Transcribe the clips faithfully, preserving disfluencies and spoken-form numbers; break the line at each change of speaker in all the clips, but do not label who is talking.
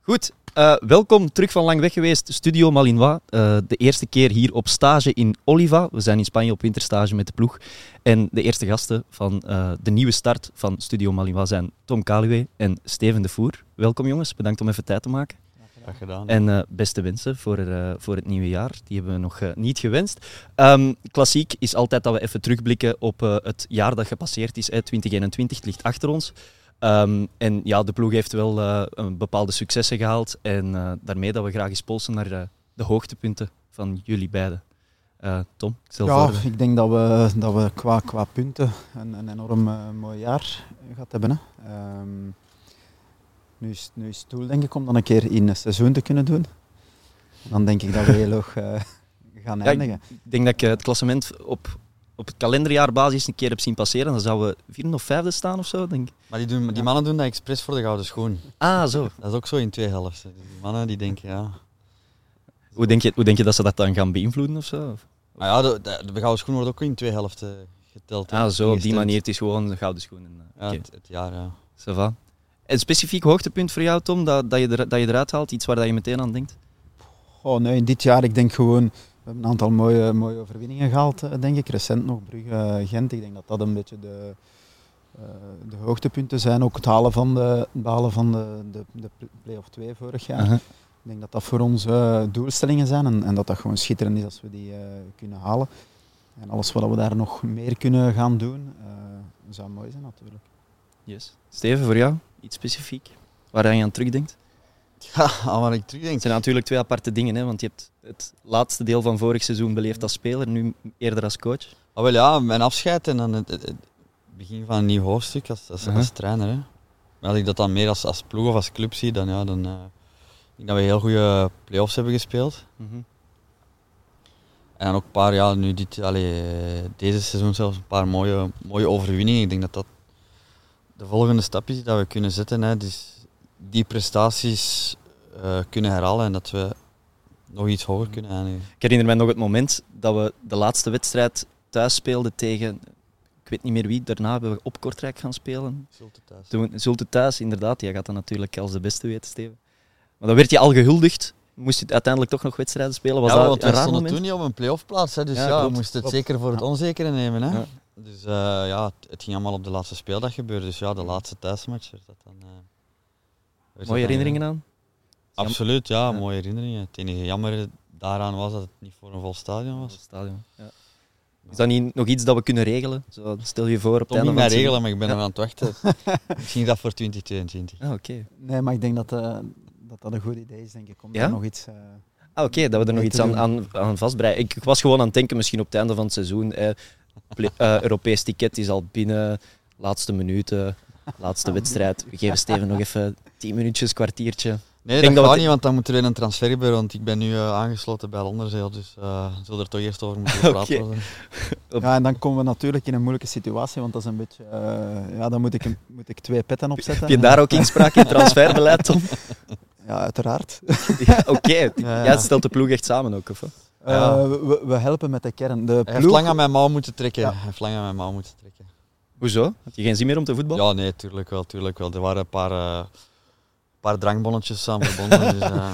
Goed, uh, welkom terug van lang weg geweest, Studio Malinois. Uh, de eerste keer hier op stage in Oliva. We zijn in Spanje op winterstage met de ploeg. En de eerste gasten van uh, de nieuwe start van Studio Malinois zijn Tom Kaluwe en Steven de Voer. Welkom jongens, bedankt om even tijd te maken.
Graag gedaan.
En uh, beste wensen voor, uh, voor het nieuwe jaar. Die hebben we nog uh, niet gewenst. Um, klassiek is altijd dat we even terugblikken op uh, het jaar dat gepasseerd is. Hè, twintig eenentwintig, het ligt achter ons. Um, en ja, de ploeg heeft wel uh, een bepaalde successen gehaald. En uh, daarmee dat we graag eens polsen naar uh, de hoogtepunten van jullie beiden. Uh, Tom, ik stel
ja,
voor.
Ik denk dat we, dat we qua, qua punten een, een enorm uh, mooi jaar gehad hebben. Hè. Um, nu, is, nu is het doel denk ik om dan een keer in een seizoen te kunnen doen. Dan denk ik dat we heel hoog uh, gaan
Ja,
eindigen.
ik denk dat ik uh, het klassement op, op het kalenderjaarbasis een keer heb zien passeren. Dan zouden we vierde of vijfde staan of zo, denk ik.
Maar die, doen, die mannen doen dat expres voor de gouden schoen.
Ah, zo.
Dat is ook zo in twee helften. Die mannen die denken, ja...
Hoe denk, je, hoe denk je dat ze dat dan gaan beïnvloeden of zo?
Maar ja, de, de, de gouden schoen wordt ook in twee helften geteld.
Ah, zo, op die
Ingestemd.
manier. Het is gewoon de gouden schoenen. Uh,
Ja,
okay.
het, het jaar, ja.
Ça va. Een specifiek hoogtepunt voor jou, Tom, dat, dat, je, er, dat je eruit haalt? Iets waar dat je meteen aan denkt?
Oh, nee, dit jaar, ik denk gewoon, we hebben een aantal mooie, mooie overwinningen gehaald, denk ik. Recent nog Brugge, Gent. Ik denk dat dat een beetje de, uh, de hoogtepunten zijn. Ook het halen van de, het halen van de, de, de play-off twee vorig jaar.
Uh-huh.
Ik denk dat dat voor ons uh, doelstellingen zijn en, en dat dat gewoon schitterend is als we die uh, kunnen halen. En alles wat we daar nog meer kunnen gaan doen, uh, zou mooi zijn natuurlijk.
Yes. Steven, voor jou? Iets specifiek? Waar je aan terugdenkt?
Ja, aan waar ik terugdenk.
Het zijn natuurlijk twee aparte dingen, hè? Want je hebt het laatste deel van vorig seizoen beleefd als speler, nu eerder als coach.
Ah, wel ja, mijn afscheid en dan het, het, het begin van een nieuw hoofdstuk als, als,
Uh-huh.
als trainer. Hè. Maar als ik dat dan meer als, als ploeg of als club zie, dan ja, dan... Uh, ik denk dat we heel goede play-offs hebben gespeeld.
Mm-hmm.
En dan ook een paar, ja, nu dit, allee, deze seizoen zelfs een paar mooie, mooie overwinningen. Ik denk dat dat de volgende stap is dat we kunnen zetten. Hè. Dus die prestaties uh, kunnen herhalen en dat we nog iets hoger kunnen eindigen.
Ik herinner mij nog het moment dat we de laatste wedstrijd thuis speelden tegen, ik weet niet meer wie, daarna hebben we op Kortrijk gaan spelen.
Zulte thuis.
Toen, Zulte thuis, inderdaad, jij gaat dat natuurlijk als de beste weten, Steven. Maar dan werd je al gehuldigd. Moest je uiteindelijk toch nog wedstrijden spelen? Was
ja,
dat
want
een
we
raar
stonden
moment?
toen niet op een play-off plaats, hè, dus
Ja,
ja,
klopt.
we moesten het
Klopt.
zeker voor het
Ja.
onzekere nemen. Hè.
Ja.
Dus uh, ja, het, het ging allemaal op de laatste speeldag gebeuren, dus ja, de laatste thuismatch werd dat dan... Uh, werd dat
Mooie
dan,
herinneringen
ja.
aan?
Absoluut, ja,
Ja.
mooie herinneringen. Het enige jammer daaraan was dat het niet voor een vol stadion was.
Stadion. Ja. Is dat niet nog iets dat we kunnen regelen? Zo, stel je voor op het
Tom
einde
niet
van
mij
het
regelen, maar ik ben
Ja.
nog aan het wachten. Misschien dat voor twintig tweeëntwintig.
Ah, oké. Okay.
Nee, maar ik denk dat uh, dat, dat een goed idee is, denk ik, om
Ja?
daar nog iets... Uh,
Ah, oké, dat we er nog
mee
iets
te
aan,
doen.
aan, aan vastbreiden. Ik was gewoon aan het denken, misschien op het einde van het seizoen. Eh, ple- uh, Europees ticket is al binnen, laatste minuten, laatste wedstrijd. We geven Steven nog even tien minuutjes, kwartiertje.
Nee,
Ik denk
dat
dat
gaat
we
niet, want dan moet er weer een transfer gebeuren, want ik ben nu uh, aangesloten bij Londerzeel, dus uh, we zullen er toch eerst over moeten praten.
Oké.
worden.
Ja, en dan komen we natuurlijk in een moeilijke situatie, want dat is een beetje... Uh, ja, dan moet ik, een, moet ik twee petten opzetten.
Heb je daar ook inspraak in het transferbeleid, Tom?
Ja, uiteraard.
Ja, oké, okay.
Ja, ja.
Jij stelt de ploeg echt samen ook, of wat?
Uh,
Ja.
we, we helpen met de kern. De
Hij
ploeg,
heeft lang aan mijn mouw moeten trekken.
Ja.
Hij heeft lang aan mijn mouw moeten trekken.
Hoezo? Had je geen zin meer om te voetballen?
Ja, nee, tuurlijk wel, tuurlijk wel. Er waren een paar, uh, paar drankbonnetjes samen verbonden. dus, uh, ja.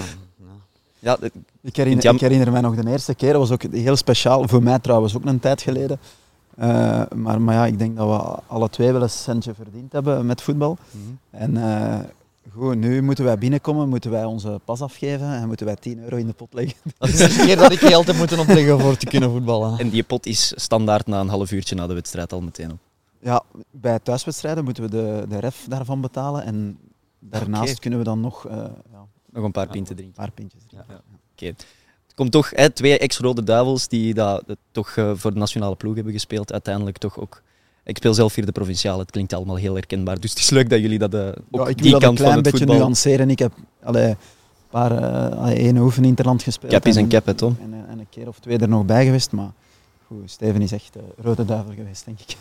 Ja, de-
ik, herinner,
Jam-
ik herinner mij nog de eerste keer, dat was ook heel speciaal. Voor mij trouwens ook een tijd geleden. Uh, maar, maar ja, ik denk dat we alle twee wel een centje verdiend hebben met voetbal.
Mhm.
En uh, goed, nu moeten wij binnenkomen, moeten wij onze pas afgeven en moeten wij tien euro in de pot leggen.
Dat is de eerste keer dat ik geld heb moeten opleggen voor te kunnen voetballen.
En die pot is standaard na een half uurtje na de wedstrijd al meteen op.
Ja, bij thuiswedstrijden moeten we de, de ref daarvan betalen en daarnaast
Oké.
kunnen we dan nog uh, ja,
Nog een paar
Ja.
pinten
een
drinken.
paar pintjes drinken.
Ja.
Oké. Het komt toch hè, twee ex-Rode Duivels die dat, dat toch uh, voor de nationale ploeg hebben gespeeld. Uiteindelijk toch ook. Ik speel zelf hier de provinciale. Het klinkt allemaal heel herkenbaar. Dus het is leuk dat jullie dat uh, ook
Ja, ik
die
wil dat een
kant van
klein
het
beetje
voetbal.
nuanceren. Ik heb allee, een paar uh, allee, één oefen Interland gespeeld.
Cap is
en-
een cap, hè, Tom?
En, en een keer of twee er nog bij geweest. Maar goed, Steven is echt uh, Rode Duivel geweest, denk ik.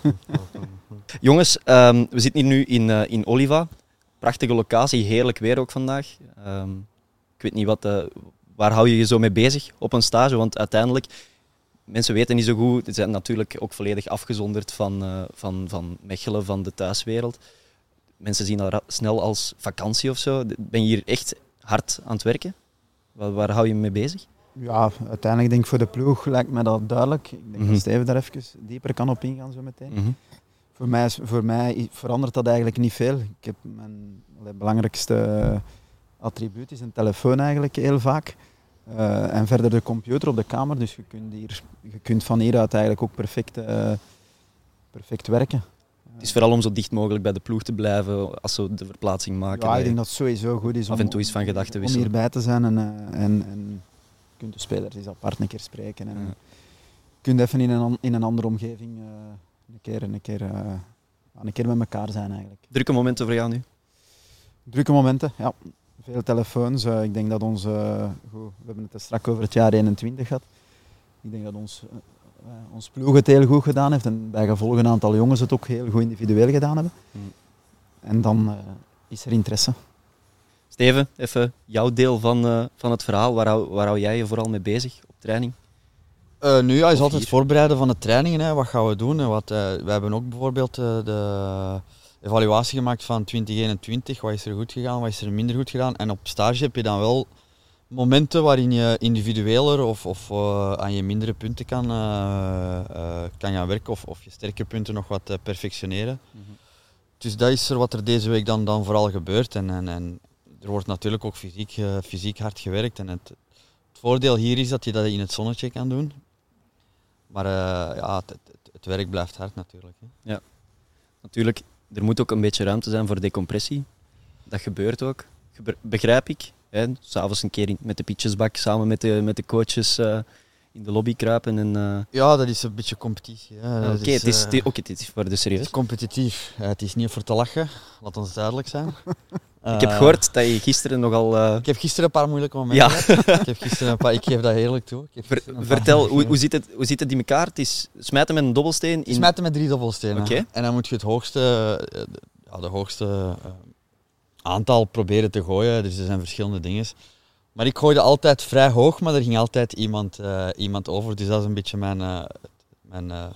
Jongens, um, we zitten hier nu in, uh, in Oliva. Prachtige locatie, heerlijk weer ook vandaag. Um, ik weet niet wat, uh, waar hou je je zo mee bezig op een stage? Want uiteindelijk, mensen weten niet zo goed, ze zijn natuurlijk ook volledig afgezonderd van, uh, van, van Mechelen, van de thuiswereld. Mensen zien dat ra- snel als vakantie of zo. Ben je hier echt hard aan het werken? Waar, waar hou je mee bezig?
Ja, uiteindelijk denk ik voor de ploeg lijkt mij dat duidelijk. Ik denk
Mhm.
dat Steven daar even dieper kan op ingaan zo meteen.
Mm-hmm.
Voor mij, is, voor mij verandert dat eigenlijk niet veel. Ik heb mijn allee, belangrijkste attribuut is een telefoon eigenlijk heel vaak. Uh, en verder de computer op de kamer, dus je kunt, hier, je kunt van hieruit eigenlijk ook perfect, uh, perfect werken.
Het is vooral om zo dicht mogelijk bij de ploeg te blijven als ze de verplaatsing maken.
Ja, ik denk dat het sowieso goed is om,
af en toe eens van gedachten
om
wisselen.
hierbij te zijn en, uh, en, en je kunt de spelers eens apart een keer spreken. En
Ja.
je kunt even in een, in een andere omgeving uh, een, keer, een, keer, uh, een keer met elkaar zijn eigenlijk.
Drukke momenten voor jou nu?
Drukke momenten, ja. Veel telefoons. Uh, ik denk dat ons, uh, goed, we hebben het er straks over het jaar eenentwintig gehad. Ik denk dat ons, uh, uh, ons ploeg het heel goed gedaan heeft en bij gevolg een aantal jongens het ook heel goed individueel gedaan hebben.
Hmm.
En dan uh, is er interesse.
Steven, even jouw deel van, uh, van het verhaal. Waar hou, waar hou jij je vooral mee bezig op training?
Uh, nu ja, is
Of
altijd
hier?
voorbereiden van de trainingen. Hè. Wat gaan we doen? En wat, uh, we hebben ook bijvoorbeeld uh, de evaluatie gemaakt van twintig eenentwintig. Wat is er goed gegaan, wat is er minder goed gedaan? En op stage heb je dan wel momenten waarin je individueler of, of uh, aan je mindere punten kan, uh, uh, kan gaan werken of, of je sterke punten nog wat uh, perfectioneren.
Mm-hmm.
Dus dat is er wat er deze week dan, dan vooral gebeurt. En, en, en er wordt natuurlijk ook fysiek, uh, fysiek hard gewerkt. En het, het voordeel hier is dat je dat in het zonnetje kan doen. Maar uh, ja, het, het, het werk blijft hard natuurlijk. Hè.
Ja, natuurlijk. Er moet ook een beetje ruimte zijn voor decompressie. Dat gebeurt ook. Gebe- begrijp ik. Hè? 'S Avonds een keer in, met de pitjesbak samen met de, met de coaches uh, in de lobby kruipen. En, uh...
Ja, dat is een beetje competitie. Hè.
Oké,
Dat
okay, het, is,
uh,
het, okay, het is voor de
het
serieus.
is competitief. Uh, het is niet voor te lachen, laat ons duidelijk zijn. Uh,
Ik heb gehoord dat je gisteren nogal... Uh...
Ik heb gisteren een paar moeilijke momenten
Ja.
gehad. Ik heb gisteren een paar, ik geef dat eerlijk toe. Ik heb
Ver,
een paar-
vertel, hoe, hoe, zit het, hoe zit het in elkaar? Het is smijten met een dobbelsteen?
Je
In...
smijt hem met drie dobbelstenen.
Oké.
En dan moet je het hoogste, uh, de, ja, de hoogste uh, aantal proberen te gooien. Dus er zijn verschillende dingen. Maar ik gooide altijd vrij hoog, maar er ging altijd iemand, uh, iemand over. Dus dat is een beetje mijn... Uh, mijn uh,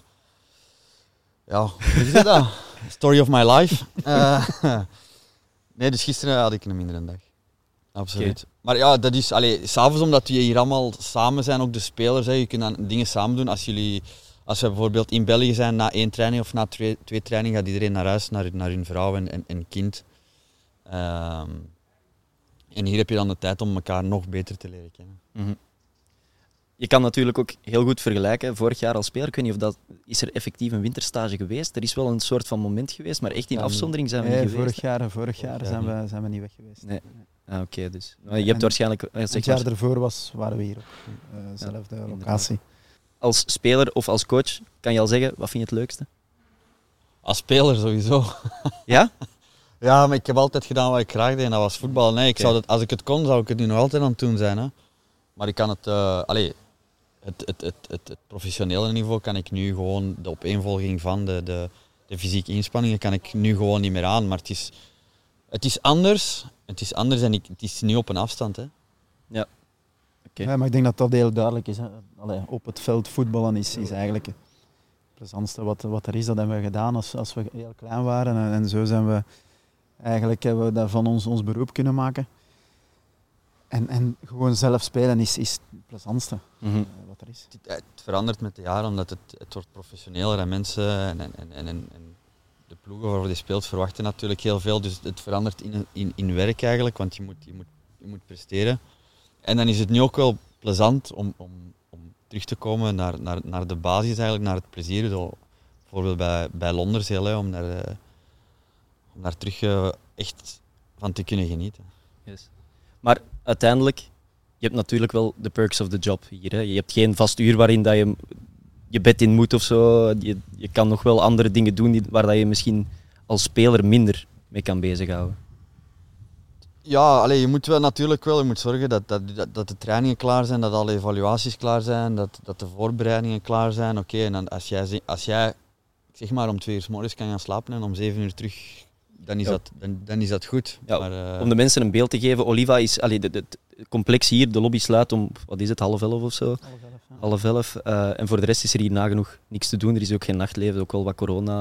ja, hoe is dat? Story of my life. Uh, nee, dus gisteren had ik een mindere dag. Absoluut.
Okay.
Maar ja, dat is... Allee, 's avonds omdat we hier allemaal samen zijn, ook de spelers, hè, je kunt dan dingen samen doen. Als jullie... Als we bijvoorbeeld in België zijn, na één training of na twee, twee trainingen, gaat iedereen naar huis, naar, naar hun vrouw en, en, en kind. Um, en hier heb je dan de tijd om elkaar nog beter te leren kennen.
Mm-hmm. Je kan natuurlijk ook heel goed vergelijken. Vorig jaar als speler, ik weet niet of dat... Is er effectief een winterstage geweest? Er is wel een soort van moment geweest, maar echt in
Ja,
afzondering zijn we
nee,
niet geweest.
vorig jaar, vorig
Vorig
jaar
jaar
zijn,
niet.
we, zijn we niet weg geweest.
Nee. Ah, Oké, okay, dus. Je hebt
En
waarschijnlijk... eh, zeg
Het
maar,
jaar ervoor was, waren we hier op dezelfde uh,
Ja,
locatie.
als speler of als coach, kan je al zeggen, wat vind je het leukste?
Als speler sowieso.
Ja?
Ja, maar ik heb altijd gedaan wat ik graag deed en dat was voetbal. Nee, ik
Okay.
zou dat, als ik het kon, zou ik het nu nog altijd aan het doen zijn. Hè. Maar ik kan het, uh, allee, het, het, het, het, het professionele niveau kan ik nu gewoon, de opeenvolging van de, de, de fysieke inspanningen kan ik nu gewoon niet meer aan. Maar het is, het is anders, het is anders en ik, het is niet op een afstand. Hè.
Ja. Okay.
Ja, maar ik denk dat dat heel duidelijk is. Hè. Allee, op het veld voetballen is, is eigenlijk het plezantste wat, wat er is. Dat hebben we gedaan als, als we heel klein waren. En, en zo zijn we eigenlijk hebben we daarvan ons, ons beroep kunnen maken. En, en gewoon zelf spelen is, is het plezantste
Mm-hmm.
uh, wat er is.
Het, het verandert met de jaren omdat het, het wordt professioneler en mensen en, en, en, en, en de ploegen waarvoor je speelt verwachten natuurlijk heel veel. Dus het verandert in, in, in werk eigenlijk, want je moet, je, moet, je moet presteren. En dan is het nu ook wel plezant om, om, om terug te komen naar, naar, naar de basis eigenlijk, naar het plezier. Zo, bijvoorbeeld bij, bij Londres heel hè, om, daar, uh, om daar terug uh, echt van te kunnen genieten.
Yes. Maar uiteindelijk, je hebt natuurlijk wel de perks of the job hier. Hè. Je hebt geen vast uur waarin dat je je bed in moet of zo. Je, je kan nog wel andere dingen doen die, waar dat je misschien als speler minder mee kan bezighouden.
Ja, allee, je moet wel natuurlijk wel je moet zorgen dat, dat, dat, dat de trainingen klaar zijn, dat alle evaluaties klaar zijn, dat, dat de voorbereidingen klaar zijn. Oké, okay, en dan als jij, als jij ik zeg maar om twee uur 's morgens kan gaan slapen en om zeven uur terug, dan is,
ja.
dat, dan, dan is dat goed.
Ja,
maar, uh,
om de mensen een beeld te geven, Oliva is... Allee, de, de, het complex hier, de lobby sluit om, wat is het, half elf of zo?
Half elf, ja.
Half elf. Uh, en voor de rest is er hier nagenoeg niks te doen. Er is ook geen nachtleven, ook wel wat corona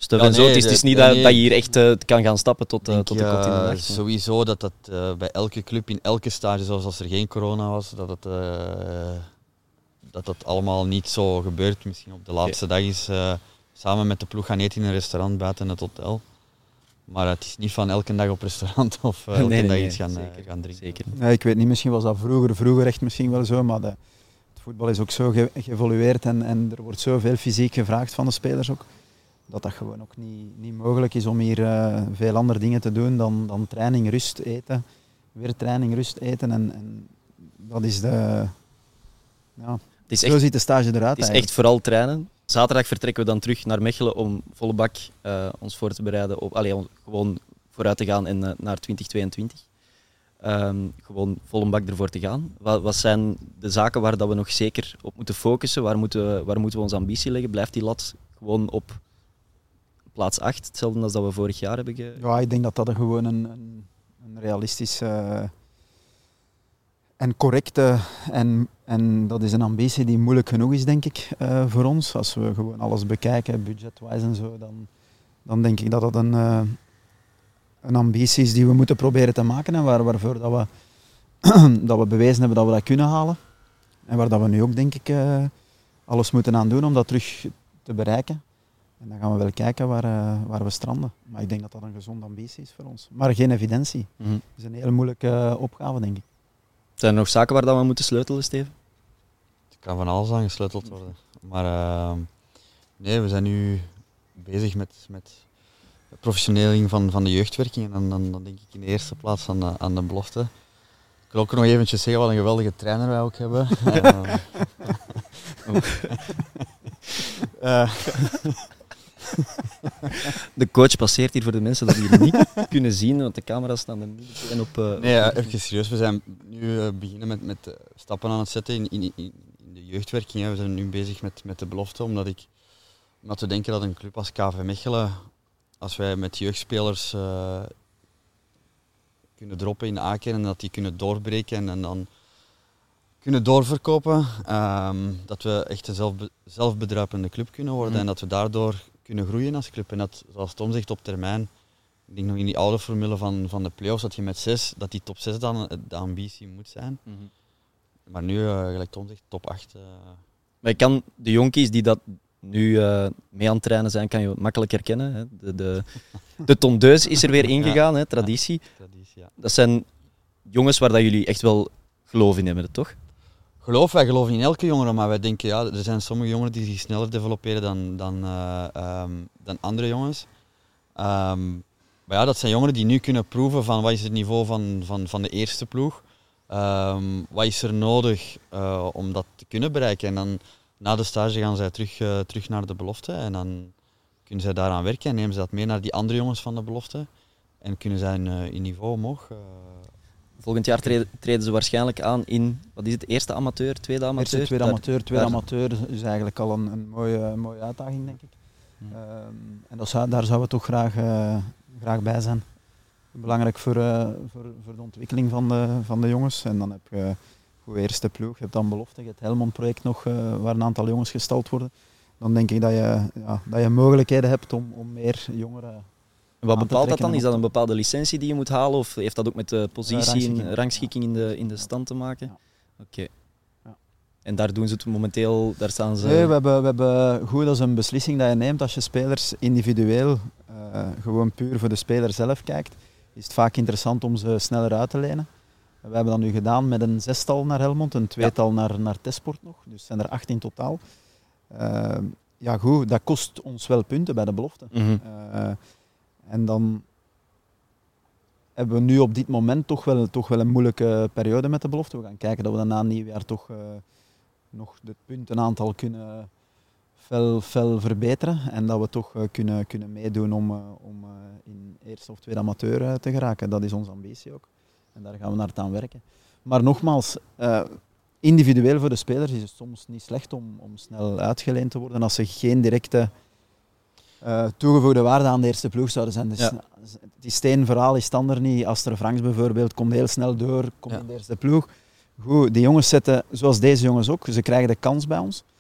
Stuf
Ja,
en zo.
nee,
Het is, het is
de-
niet
de-
dat,
nee.
dat je hier echt uh, kan gaan stappen tot, uh,
denk,
tot de kot in de
uh,
dag.
Sowieso dat dat uh, bij elke club in elke stage, zoals als er geen corona was, dat het, uh, dat dat allemaal niet zo gebeurt. Misschien op de laatste okay. dag is uh, samen met de ploeg gaan eten in een restaurant buiten het hotel. Maar het is niet van elke dag op restaurant of uh, elke nee, nee, dag nee, iets gaan, zeker, uh, gaan drinken.
Zeker.
Nee, ik weet niet, misschien was dat vroeger, vroeger echt misschien wel zo, maar de, het voetbal is ook zo ge- geëvolueerd en, en er wordt zoveel fysiek gevraagd van de spelers ook, dat dat gewoon ook niet, niet mogelijk is om hier uh, veel andere dingen te doen dan, dan training, rust, eten. Weer training, rust, eten en, en dat is de... Ja,
het is
zo
echt,
ziet de stage eruit.
Het is eigenlijk. echt vooral trainen. Zaterdag vertrekken we dan terug naar Mechelen om volle bak uh, ons voor te bereiden op, allee, om gewoon vooruit te gaan en uh, naar twintig tweeëntwintig. Um, gewoon vol een bak ervoor te gaan. Wat, wat zijn de zaken waar dat we nog zeker op moeten focussen? Waar moeten we, waar moeten we onze ambitie leggen? Blijft die lat gewoon op plaats acht, hetzelfde als dat we vorig jaar hebben ge...
Ja, ik denk dat dat een gewoon een, een, een realistische uh, en correcte en, en dat is een ambitie die moeilijk genoeg is, denk ik, uh, voor ons. Als we gewoon alles bekijken, budget-wise en zo, dan, dan denk ik dat dat een, uh, een ambitie is die we moeten proberen te maken en waar, waarvoor dat we, dat we bewezen hebben dat we dat kunnen halen. En waar dat we nu ook, denk ik, uh, alles moeten aan doen om dat terug te bereiken. En dan gaan we wel kijken waar, uh, waar we stranden. Maar ik denk dat dat een gezonde ambitie is voor ons. Maar geen evidentie.
Mm-hmm.
Dat is een hele moeilijke uh, opgave, denk ik.
Zijn er nog zaken waar dat we moeten sleutelen, Steven?
Het kan van alles aan gesleuteld worden. Maar uh, nee, we zijn nu bezig met, met de professionering van, van de jeugdwerking. En dan, dan, dan denk ik in de eerste plaats aan de, aan de belofte. Ik wil ook nog eventjes zeggen wat een geweldige trainer wij ook hebben. uh,
uh. De coach passeert hier voor de mensen dat jullie niet kunnen zien, want de camera's staan er niet meteen op. Uh,
nee, uh, even serieus. We zijn nu uh, beginnen met, met uh, stappen aan het zetten in, in, in de jeugdwerking. Hè. We zijn nu bezig met, met de belofte, omdat, ik, omdat we denken dat een club als K V Mechelen, als wij met jeugdspelers uh, kunnen droppen in A-kern en dat die kunnen doorbreken en, en dan kunnen doorverkopen, um, dat we echt een zelfbe- zelfbedruipende club kunnen worden mm. en dat we daardoor kunnen groeien als club. En dat, zoals Tom zegt, op termijn, ik denk nog in die oude formule van, van de play-offs, dat je met zes, dat die top zes dan de ambitie moet zijn.
Mm-hmm.
Maar nu, uh, gelijk Tom zegt, top acht. Uh...
Maar je kan de jonkies die dat nu uh, mee aan het trainen zijn, kan je makkelijk herkennen. Hè? De, de, de tondeus is er weer ingegaan, ja, hè? Traditie.
Ja, traditie ja. Dat
zijn jongens waar dat jullie echt wel geloof in hebben, toch?
Geloof, wij geloven in elke jongere, maar wij denken, ja, er zijn sommige jongeren die zich sneller developeren dan, dan, uh, um, dan andere jongens. Um, maar ja, dat zijn jongeren die nu kunnen proeven van wat is het niveau van, van, van de eerste ploeg. Um, wat is er nodig uh, om dat te kunnen bereiken. En dan na de stage gaan zij terug, uh, terug naar de belofte en dan kunnen zij daaraan werken en nemen ze dat mee naar die andere jongens van de belofte. En kunnen zij in, uh, in niveau omhoog. Uh,
Volgend jaar treden, treden ze waarschijnlijk aan in, wat is het, eerste amateur, tweede amateur?
Eerste, tweede
daar,
amateur, tweede
daar...
amateur is eigenlijk al een, een mooie, mooie uitdaging, denk ik. Hmm. Um, en dat zou, daar zouden we toch graag, uh, graag bij zijn. Belangrijk voor, uh, voor, voor de ontwikkeling van de, van de jongens. En dan heb je goed eerste ploeg, je hebt dan belofte, je hebt het Helmond-project nog, uh, waar een aantal jongens gestald worden. Dan denk ik dat je, ja, dat je mogelijkheden hebt om, om meer jongeren...
En wat bepaalt dat dan? Is dat een bepaalde licentie die je moet halen of heeft dat ook met de positie en uh, rangschikking in de, in de stand te maken?
Ja.
Oké. Okay. Ja. En daar doen ze het momenteel, daar staan ze...
Nee, we hebben, we hebben goed, dat is een beslissing dat je neemt als je spelers individueel, uh, gewoon puur voor de speler zelf kijkt, is het vaak interessant om ze sneller uit te lenen. We hebben dat nu gedaan met een zestal naar Helmond, een tweetal ja. naar, naar Testsport nog, dus zijn er acht in totaal. Uh, ja goed, dat kost ons wel punten bij de belofte.
Mm-hmm.
Uh, En dan hebben we nu op dit moment toch wel, toch wel een moeilijke periode met de belofte. We gaan kijken dat we dan na nieuwjaar toch uh, nog het puntenaantal kunnen fel, fel verbeteren. En dat we toch uh, kunnen, kunnen meedoen om, uh, om uh, in eerste of tweede amateur uh, te geraken. Dat is onze ambitie ook. En daar gaan we naar aan werken. Maar nogmaals, uh, individueel voor de spelers is het soms niet slecht om, om snel uitgeleend te worden als ze geen directe... Uh, toegevoegde waarde aan de eerste ploeg zouden zijn. Dus
ja.
Die steenverhaal is dan er niet. Aster Franks bijvoorbeeld komt heel snel door, komt ja. in de eerste ploeg. Goed, die jongens zetten, zoals deze jongens ook, ze krijgen de kans bij ons.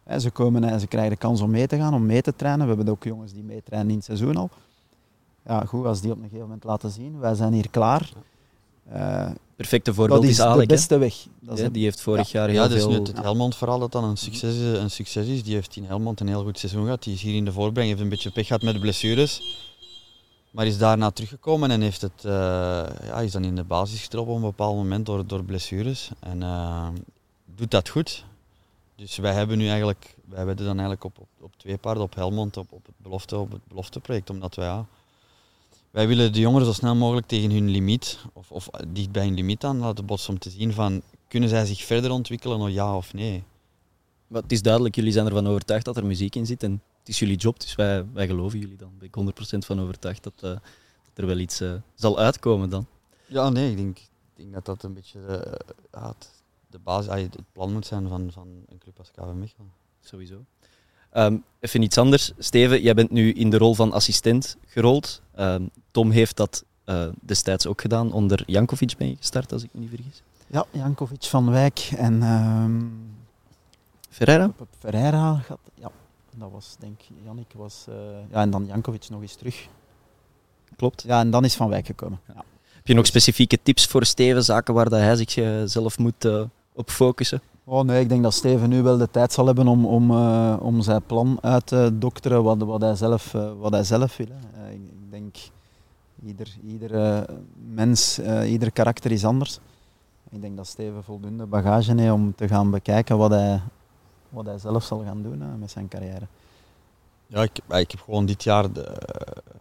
Hè, ze, komen, hè, ze krijgen de kans om mee te gaan, om mee te trainen. We hebben ook jongens die meetrainen in het seizoen al. Ja, goed, als die op een gegeven moment laten zien, wij zijn hier klaar. Uh,
Perfecte voorbeeld
dat is
is Alec,
de beste weg. Dat is
ja,
een...
die heeft vorig
ja.
jaar heel
ja, dus
veel...
nu het Helmond-verhaal dat dan een succes, is, een succes is. Die heeft in Helmond een heel goed seizoen gehad. Die is hier in de voorbereiding, heeft een beetje pech gehad met de blessures. Maar is daarna teruggekomen en heeft het, uh, ja, is dan in de basis getrokken op een bepaald moment door, door blessures. En uh, doet dat goed. Dus wij hebben nu eigenlijk, wij wedden dan eigenlijk op, op, op twee paarden, op Helmond, op, op, het belofte, op het belofteproject. Omdat wij, ja, wij willen de jongeren zo snel mogelijk tegen hun limiet, of, of dicht bij hun limiet aan laten botsen om te zien van, kunnen zij zich verder ontwikkelen, of ja of nee.
Maar het is duidelijk, jullie zijn ervan overtuigd dat er muziek in zit en het is jullie job, dus wij, wij geloven jullie dan. Daar ben ik honderd procent van overtuigd dat, uh, dat er wel iets uh, zal uitkomen dan.
Ja, nee, ik denk, ik denk dat dat een beetje uh, ja, het, de basis, uh, het plan moet zijn van, van een club als K V Mechelen.
Sowieso. Um, even iets anders. Steven, jij bent nu in de rol van assistent gerold. Um, Tom heeft dat uh, destijds ook gedaan. Onder Jankovic ben je gestart, als ik me niet vergis.
Ja, Jankovic, Van Wijk en... Um,
Ferreira?
Ferreira gaat... Ja, dat was, denk ik... Jannik was... Uh, ja, en dan Jankovic nog eens terug.
Klopt.
Ja, en dan is Van Wijk gekomen. Ja.
Heb je nog specifieke tips voor Steven? Zaken waar dat hij zichzelf uh, moet uh, op focussen?
Oh nee, ik denk dat Steven nu wel de tijd zal hebben om, om, uh, om zijn plan uit te dokteren wat, wat, hij, zelf, uh, wat hij zelf wil. Hè. Uh, ik, ik denk, ieder, ieder uh, mens, uh, ieder karakter is anders. Ik denk dat Steven voldoende bagage heeft om te gaan bekijken wat hij, wat hij zelf zal gaan doen uh, met zijn carrière.
Ja, ik, ik heb gewoon dit jaar de, uh,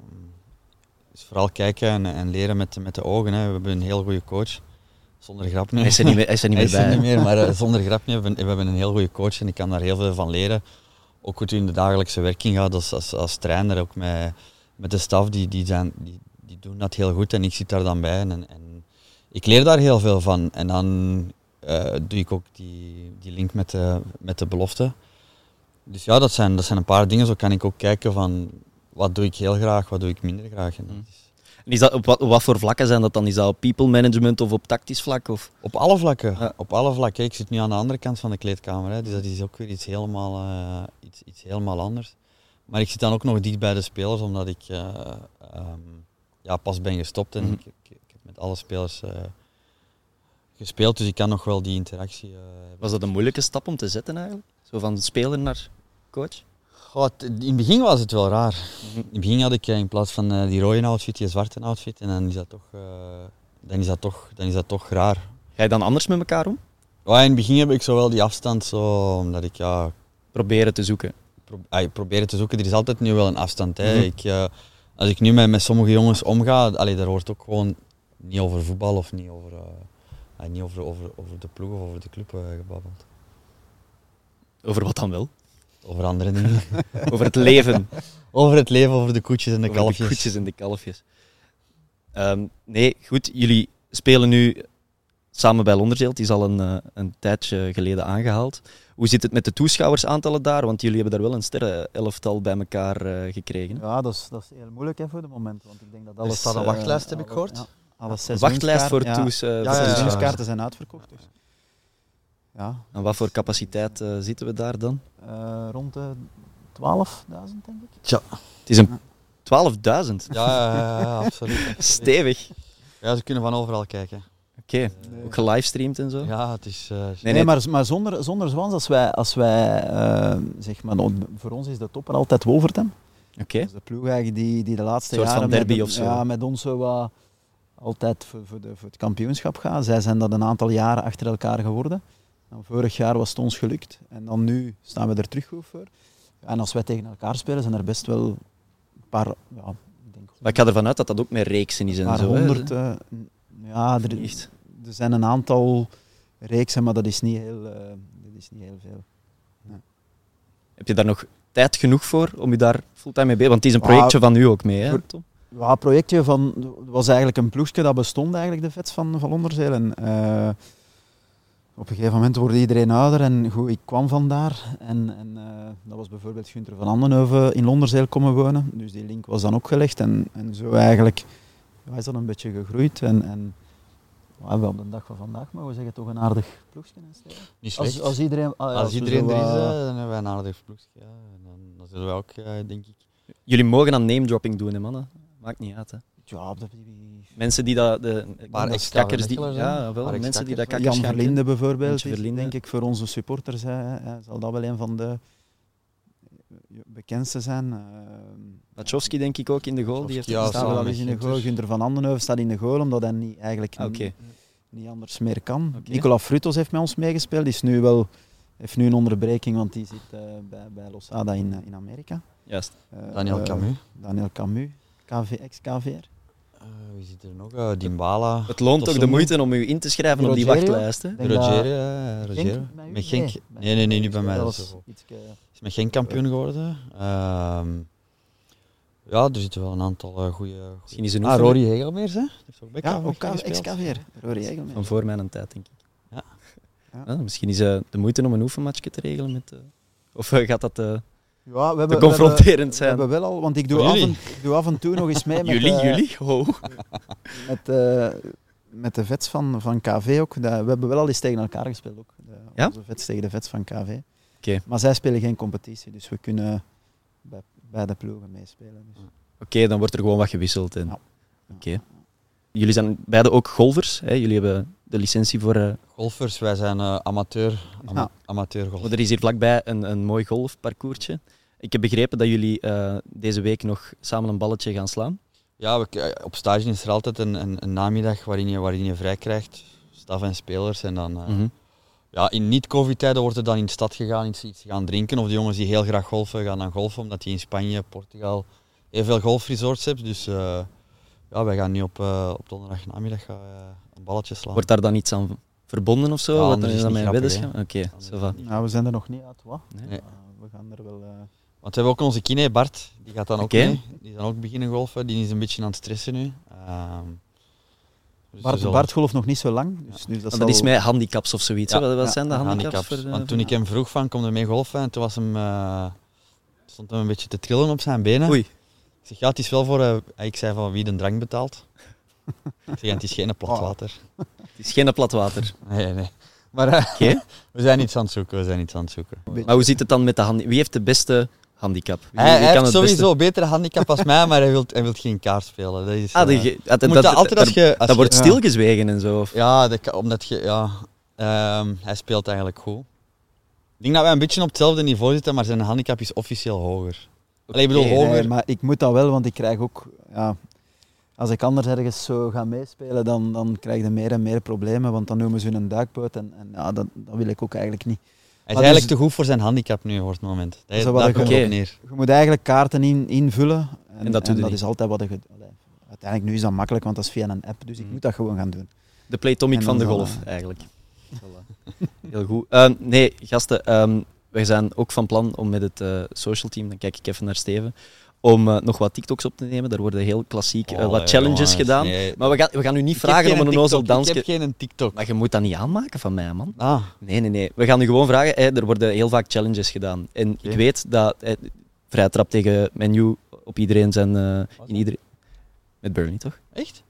dus vooral kijken en, en leren met, met de ogen. Hè. We hebben een heel goede coach. Zonder grap nu.
Hij is er niet meer, hij is er niet
hij
meer
is er
bij.
Niet meer, maar uh, zonder grap nu. We, we hebben een heel goede coach en ik kan daar heel veel van leren. Ook hoe het in de dagelijkse werking gaat als, als, als trainer. Ook met, met de staf, die, die, zijn, die, die doen dat heel goed en ik zit daar dan bij. En, en ik leer daar heel veel van. En dan uh, doe ik ook die, die link met de, met de belofte. Dus ja, dat zijn, dat zijn een paar dingen. Zo kan ik ook kijken van wat doe ik heel graag, wat doe ik minder graag. En dat is,
En is dat, op, wat, op wat voor vlakken zijn dat dan? Is dat op people management of op tactisch vlak? Of?
Op alle vlakken.
Ja.
Op alle vlakken. Ik zit nu aan de andere kant van de kleedkamer, hè, dus dat is ook weer iets helemaal, uh, iets, iets helemaal anders. Maar ik zit dan ook nog dicht bij de spelers, omdat ik uh, um, ja, pas ben gestopt en mm-hmm. ik, ik, ik heb met alle spelers uh, gespeeld, dus ik kan nog wel die interactie uh, hebben.
Was dat een moeilijke stap om te zetten eigenlijk? Zo van speler naar coach?
Goh, in het begin was het wel raar. In het begin had ik in plaats van uh, die rode outfit, die zwarte outfit. En dan is dat toch, uh, dan is dat toch, dan is dat toch raar.
Ga je dan anders met elkaar om?
Oh, in het begin heb ik zo wel die afstand, zo, omdat ik ja...
Proberen te zoeken.
Pro- ah, proberen te zoeken. Er is altijd nu wel een afstand. Hè. Mm-hmm. Ik, uh, als ik nu met, met sommige jongens omga, allee, daar wordt ook gewoon niet over voetbal of niet over, uh, ah, niet over, over, over de ploeg of over de club uh, gebabbeld.
Over wat dan wel?
Over andere dingen.
Over het leven.
Over het leven, over de koetjes en de
over
kalfjes.
de koetjes en de kalfjes. Um, nee, goed. Jullie spelen nu samen bij Londerzeel. Het is al een, uh, een tijdje geleden aangehaald. Hoe zit het met de toeschouwersaantallen daar? Want jullie hebben daar wel een sterren-elftal bij elkaar uh, gekregen.
Ja, dat is, dat is heel moeilijk hè, voor de moment. Want ik denk dat alles,
er staat een wachtlijst, uh, heb ik gehoord.
Ja, alle
een wachtlijst voor
ja,
toes, uh,
ja,
ja,
ja,
ja,
seizoenskaarten zijn uitverkocht. Dus. Ja.
En wat voor capaciteit uh, zitten we daar dan?
Uh, rond de twaalfduizend, denk ik.
Tja.
Het is een twaalfduizend?
Ja, ja, ja, ja absoluut, absoluut.
Stevig.
Ja, ze kunnen van overal kijken.
Oké, okay. nee. Ook gelivestreamd en zo?
Ja, het is... Uh,
nee, nee, nee, maar, maar zonder, zonder zwans, als wij... Als wij uh, zeg maar, voor ons is de topper altijd Wolvertem.
Oké. Okay.
Dus de ploeg eigenlijk die, die de laatste
jaren... Een soort van derby
met,
of zo?
Ja, met ons zo uh, altijd voor, voor, de, voor het kampioenschap gaan. Zij zijn dat een aantal jaren achter elkaar geworden. Dan vorig jaar was het ons gelukt. En dan nu staan we er terug goed voor. En als wij tegen elkaar spelen, zijn er best wel een paar... Ja, ik, denk,
maar ik ga ervan uit dat dat ook met reeksen is en
paar
zo.
honderd... Uh, ja, er, er zijn een aantal reeksen, maar dat is niet heel, uh, dat is niet heel veel. Nee.
Heb je daar nog tijd genoeg voor om je daar fulltime mee bezig? Want het is een projectje ah, van u ook mee, hè, Tom?
Ja, het projectje van, was eigenlijk een ploegje dat bestond, eigenlijk, de Vets van, van Londerzeel. En, uh, op een gegeven moment wordt iedereen ouder en goed, ik kwam vandaar. En, en uh, dat was bijvoorbeeld Gunther van Andenheuvel in Londerzeel komen wonen. Dus die link was dan opgelegd en, en zo eigenlijk ja, is dat een beetje gegroeid. En, en Maar wel op de dag van vandaag mogen we zeggen toch een aardig ploegje.
Niet slecht.
Als, als iedereen, ah, ja,
als
als
iedereen
zo,
er is,
uh,
uh, dan hebben wij een aardig ploegje. Ja. En dan, dan zullen wij ook, uh, denk ik...
Jullie mogen aan name-dropping doen, hè, mannen. Maakt niet uit, hè.
Ja, dat, die,
Mensen die dat... De,
paar
dat kakkers die...
Mechelers,
Ja, wel.
paar
Mensen die dat kakkers
Jan
gaan
Verlinde bijvoorbeeld,
Jantje
is,
Verlinde.
denk ik voor onze supporters hè, hè, zal dat wel een van de bekendste zijn. Uh,
Wachowski denk ik ook in de goal. Die heeft
Ja,
staat
samen
wel
met
eens in de
Ginter.
goal. Gunther van Andenheuvel staat in de goal, omdat hij niet, eigenlijk
Ah, oké.
niet, niet anders meer kan.
Oké.
Nicolas Frutos heeft met ons meegespeeld. Die is nu wel, heeft nu een onderbreking, want die zit uh, bij, bij Losada in, uh, in Amerika.
Juist.
Uh,
Daniel
uh,
Camus.
Daniel Camus, K V, ex-K V R.
Uh, wie zit er nog? Uh, Dimbala.
Het loont ook de
Tossum.
moeite om u in te schrijven op die
Rogerio?
wachtlijst. Hè?
Denk dat-
Rogerio. uh, Rogerio.
Genk bij u?
Met Genk.
Nee,
Nee, nee, nee, niet bij mij.
Dat
Dat is
was
zo.
iets, uh,
is met Genk kampioen geworden. Ehm ja, er zitten wel een aantal uh, goede.
Misschien is een
Ah,
oefening
Rory Hegelmeers, hè? Die heeft ook bij
ja,
K V
ook
gespeeld.
ex-K V R. Rory Hegelmeer.
van voor mijn tijd, denk ik.
Ja.
Ja.
Ja, misschien is het de moeite om een oefenmatchje te regelen. Met, uh, of uh, gaat dat uh,
Ja, we hebben,
te
we
confronterend
hebben, we
zijn?
hebben wel al, want ik doe,
Voor
af en,
jullie?
ik doe af en toe nog eens mee met,
Jullie,
eh,
jullie? Oh.
met, eh, met de vets van, van K V ook. Dat, we hebben wel al eens tegen elkaar gespeeld ook. De,
Ja?
Onze vets tegen de vets van K V.
Oké.
Maar zij spelen geen competitie, dus we kunnen bij beide ploegen meespelen. Dus.
Oké, dan wordt er gewoon wat gewisseld. En...
Ja.
Oké. Jullie zijn beide ook golfers. Hè? Jullie hebben de licentie voor... Uh...
Golfers, wij zijn uh, amateur, ama
Ja.
amateurgolf.
Oh, er is hier vlakbij een, een mooi golfparcoursje. Ik heb begrepen dat jullie uh, deze week nog samen een balletje gaan slaan.
Ja, we, op stage is er altijd een, een, een namiddag waarin je, waarin je vrij krijgt, staf en spelers. En dan, uh,
Mm-hmm.
ja, in niet-covid-tijden wordt er dan in de stad gegaan, iets, iets gaan drinken. Of de jongens die heel graag golfen, gaan dan golfen, omdat die in Spanje, Portugal heel veel golfresorts hebben. Dus uh, ja, wij gaan nu op, uh, op donderdag namiddag gaan, uh, een balletje slaan.
Wordt daar dan iets aan verbonden of zo?
Ja,
Wat
anders is
dan
het
met
niet
een
grappig,
weddenschap? Oké,
Anders
ça
is
va.
het niet.
Nou, we zijn er nog niet uit. Wat?
Nee.
Nee.
Uh, we gaan er wel... Uh,
Want we hebben ook onze kine, Bart, die gaat dan ook
Oké.
mee. Die is dan ook beginnen golfen, die is een beetje aan het stressen nu. Ehm dus
Bart,
we zullen-
Bart golft nog niet zo lang. Dus, dus dat,
Dat,
zal-
is met handicaps of zoiets.
Ja,
hè? Wat, wat
ja,
zijn de handicaps?
handicaps.
Voor, uh,
Want toen ik hem vroeg van, kom er mee golfen? En toen was hem, uh, stond hem een beetje te trillen op zijn benen.
Oei.
Ik zeg, ja, het is wel voor... Uh, ik zei van wie de drank betaalt. Ik zeg, het is geen plat water.
Het is geen plat water.
Nee, nee. Maar uh,
Oké.
we zijn iets aan het zoeken, we zijn iets aan het zoeken.
Maar hoe zit het dan met de handi- Wie heeft de beste handicap? Wie,
Hij,
wie
hij
kan
heeft
het
sowieso
beste?
een betere handicap als mij, maar hij wil hij wilt geen kaart spelen. Dat is...
Ah, de,
uh,
ge- dat,
je moet
dat,
dat altijd als
dat-
je... Als
dat wordt
ja.
stilgezwegen en zo. Of?
Ja, dat, kan- omdat je... Ja, ehm, hij speelt eigenlijk goed. Ik denk dat wij een beetje op hetzelfde niveau zitten, maar zijn handicap is officieel hoger. Allee, ik bedoel,
Oké,
hoger.
Nee, maar ik moet dat wel, want ik krijg ook... Ja, als ik anders ergens zo ga meespelen, dan, dan krijg je meer en meer problemen, want dan noemen ze een duikboot en, en ja, dat, dat wil ik ook eigenlijk niet.
Hij is
Maar
eigenlijk
dus-
te goed voor zijn handicap nu, hoort het moment. Dat,
Zo wat
daar
ik-
komt het
Oké.
op neer.
Je moet eigenlijk kaarten in, invullen en,
En dat doe je
dat
niet.
is altijd wat je... Allee, uiteindelijk nu is dat makkelijk, want dat is via een app, dus ik
Mm.
moet dat gewoon gaan doen.
De playtomic
En
van de
dan zal,
golf,
eh,
eigenlijk. Voilà. Heel goed. Ehm, nee, gasten, ehm, wij zijn ook van plan om met het eh, social team, dan kijk ik even naar Steven, om eh, nog wat TikToks op te nemen. Daar worden heel klassiek eh,
Oh,
wat
ja,
challenges
jongens,
gedaan.
nee.
Maar we gaan, we gaan u niet
Ik heb
vragen
geen
om een onnozel
TikTok,
dansje...
Ik heb geen TikTok.
Maar je moet dat niet aanmaken van mij, man.
Ah,
Nee, nee, nee. We gaan u gewoon vragen. Hè, er worden heel vaak challenges gedaan. En
Oké.
ik weet dat hè, vrije trap tegen Menu op iedereen zijn... eh, in iedereen... Met Burnley, toch?
echt?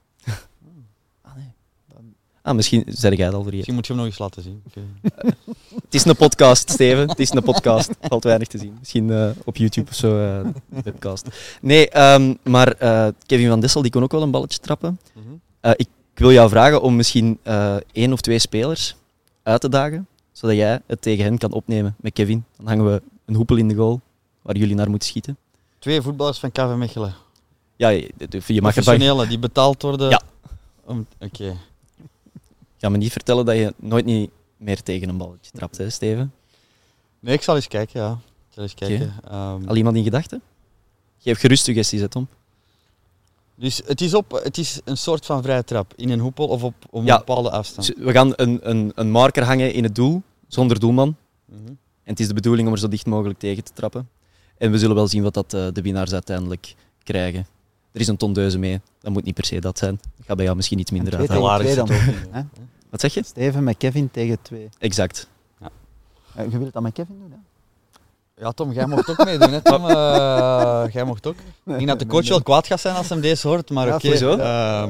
Ah, nee. Ah, misschien zeg jij het al vergeten.
Misschien moet je hem nog eens laten zien. Okay.
Het is een podcast, Steven. Het is een podcast. Valt weinig te zien. Misschien eh, op YouTube of zo, eh, een webcast. Nee, ehm, maar eh, Kevin van Dessel die kon ook wel een balletje trappen.
Mhm.
Eh, ik wil jou vragen om misschien eh, één of twee spelers uit te dagen, zodat jij het tegen hen kan opnemen met Kevin. Dan hangen we een hoepel in de goal waar jullie naar moeten schieten.
Twee voetballers van K V Mechelen.
Ja, je, je mag ervan...
Professionele, die betaald worden.
Ja.
om- Oké.
Ga me niet vertellen dat je nooit niet meer tegen een balletje trapt, hè, Steven?
Nee, ik zal eens kijken, ja. Ik zal eens kijken. Ehm,
Al iemand in gedachten? Geef gerust suggesties, hè, Tom.
dus het is, op, het is een soort van vrije trap. In een hoepel of op, op een
Ja.
bepaalde afstand.
Dus we gaan een, een, een marker hangen in het doel, zonder doelman.
Mhm.
En het is de bedoeling om er zo dicht mogelijk tegen te trappen. En we zullen wel zien wat dat, uh, de winnaars uiteindelijk krijgen. Er is een tondeuze mee, dat moet niet per se dat zijn. Dat gaat bij jou misschien iets minder
En twee
uithalen.
tegen
Salaris
twee
is
dan.
het ook
Hè?
Wat zeg je?
Steven met Kevin tegen twee.
Exact.
Uh, je wilt dat met Kevin doen, hè?
Ja, Tom, jij mocht ook meedoen, hè, Tom? Uh, jij mocht ook. Ik denk dat de coach wel kwaad gaat zijn als hij deze hoort, maar
Ja,
oké.
hoezo?
eh,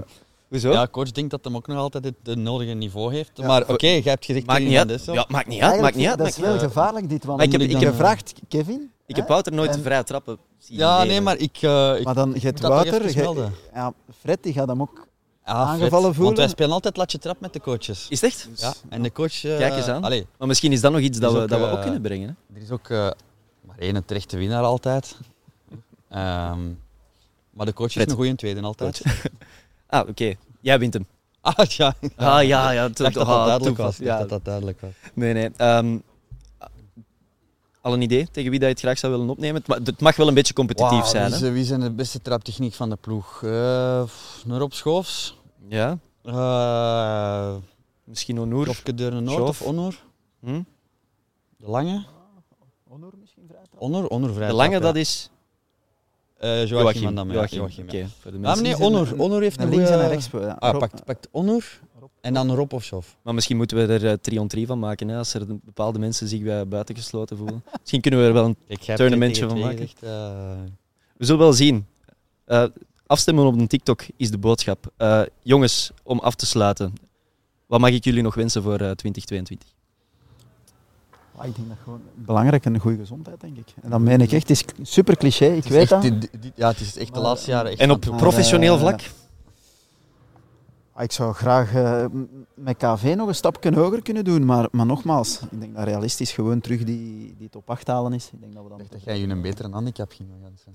Hoezo?
Ja, coach denkt dat hij ook nog altijd het, het nodige niveau heeft.
Ja.
Maar oké, okay, jij hebt gezegd...
Maakt niet
Kevin
uit.
Van Dessel.
Ja, maakt niet uit. Maakt niet uit.
Dat is
maakt niet
wel
uit.
gevaarlijk dit, want
Maar ik heb-
ik
ik
heb
heb-
gevraagd, Kevin.
Ik
hè?
heb Wouter nooit
En-
vrije trappen zien
Ja,
nemen.
nee, maar ik... Uh, ik
Maar dan, je
moet
hebt
dat toch
Wouter,
even
je-
melden.
ja, Fred die gaat hem ook
Ja,
aangevallen
Fred,
voelen.
Want wij spelen altijd latje trap met de coaches.
Is het echt?
Ja, en de coach... uh,
Kijk eens aan.
Allee,
Maar misschien is dat nog iets dat
is
we,
ook,
dat we
eh,
ook kunnen brengen. Hè?
er is ook uh, maar één terechte winnaar altijd. um, maar de coach
Fred.
is een goede tweede altijd.
Ah, oké. Okay. Jij wint hem.
Ah, ja.
Ah, ja, ja.
Ik dacht dat
ah,
dat duidelijk
toeval.
was. Ik
Ja.
dacht dat dat duidelijk was.
Nee, nee. Um, al een idee tegen wie dat je het graag zou willen opnemen? Het ma- Het mag wel een beetje competitief
Wauw,
zijn.
wie,
Hè?
is, wie zijn de beste traptechniek van de ploeg? Uh, Rob Schoofs.
Ja,
Uh,
misschien Onur.
Jofke Deurne-Noord
Schof.
of Onur.
Hm?
De Lange.
Onur misschien vrij trap.
Onur, Onur vrij
De lange,
trap,
dat
ja.
is...
Uh, Joachim van Damme.
Joachim.
Joachim, ja.
Oké, voor de
Ah,
mensen.
nee,
Die zijn
Onur.
een-
Onur heeft
Een
een
links en
goeie-
een rechts. Ja,
Ah,
Rob-
pakt, pakt Onur en dan Rob of Schof.
Maar misschien moeten we er uh, drie on drie van maken, hè, als er bepaalde mensen zich uh, buitengesloten voelen. Misschien kunnen we er wel een...
Kijk, jij hebt
Tournamentje
twee
van
tegen
maken.
twee gezegd, uh,
We zullen wel zien. Uh, afstemmen op een TikTok is de boodschap. Uh, jongens, om af te sluiten. Wat mag ik jullie nog wensen voor uh, twintig tweeëntwintig?
Ah, ik denk dat gewoon belangrijk een goede gezondheid, denk ik. En dat meen ik echt. Het is super cliché, ik
het is
weet
echt
dat.
die- die- ja, het is echt de
Maar-
laatste jaren echt
En op
aan het-
professioneel
eh,
vlak?
Ah, ik zou graag uh, met K V nog een stapje hoger kunnen doen, maar, maar nogmaals, ik denk dat realistisch gewoon terug die, die top acht halen is. Ik denk dat we dan...
Ik dacht dat jij je een betere handicap ging gaan zijn.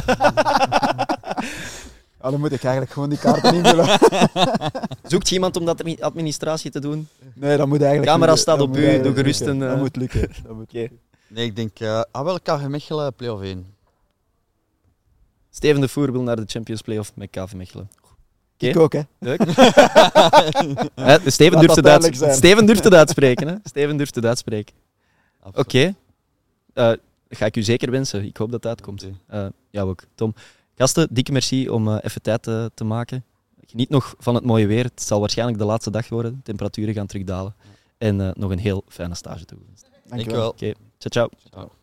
Ah, dan moet ik eigenlijk gewoon die kaarten invullen.
Zoekt je iemand om dat admi- administratie te doen?
Nee, dat moet eigenlijk...
Camera
lukken.
staat
Dat
op
moet
u,
eigenlijk
doe gerust
lukken.
een,
Dat
uh,
moet lukken. Dat moet
Oké.
Nee, ik denk... Uh, ah, wel, K V Mechelen, play-off één.
Steven de Voer wil naar de Champions Playoff met K V Mechelen.
Ik ook, hè.
Leuk. Hè, Steven,
Laat
durft
dat
het
duidelijk
uits-
zijn.
Steven durft het uitspreken. Hè? Steven durft het uitspreken. Oké.
Absoluut.
Okay. Uh, ga ik u zeker wensen. Ik hoop dat het uitkomt. Uh, ja, ook. Tom. Gasten, dikke merci om uh, even tijd uh, te maken. Geniet nog van het mooie weer. Het zal waarschijnlijk de laatste dag worden. De temperaturen gaan terugdalen. En uh, nog een heel fijne stage toegewenst.
Dank je
Ik wel.
Oké, okay. Ciao, ciao.
Ciao.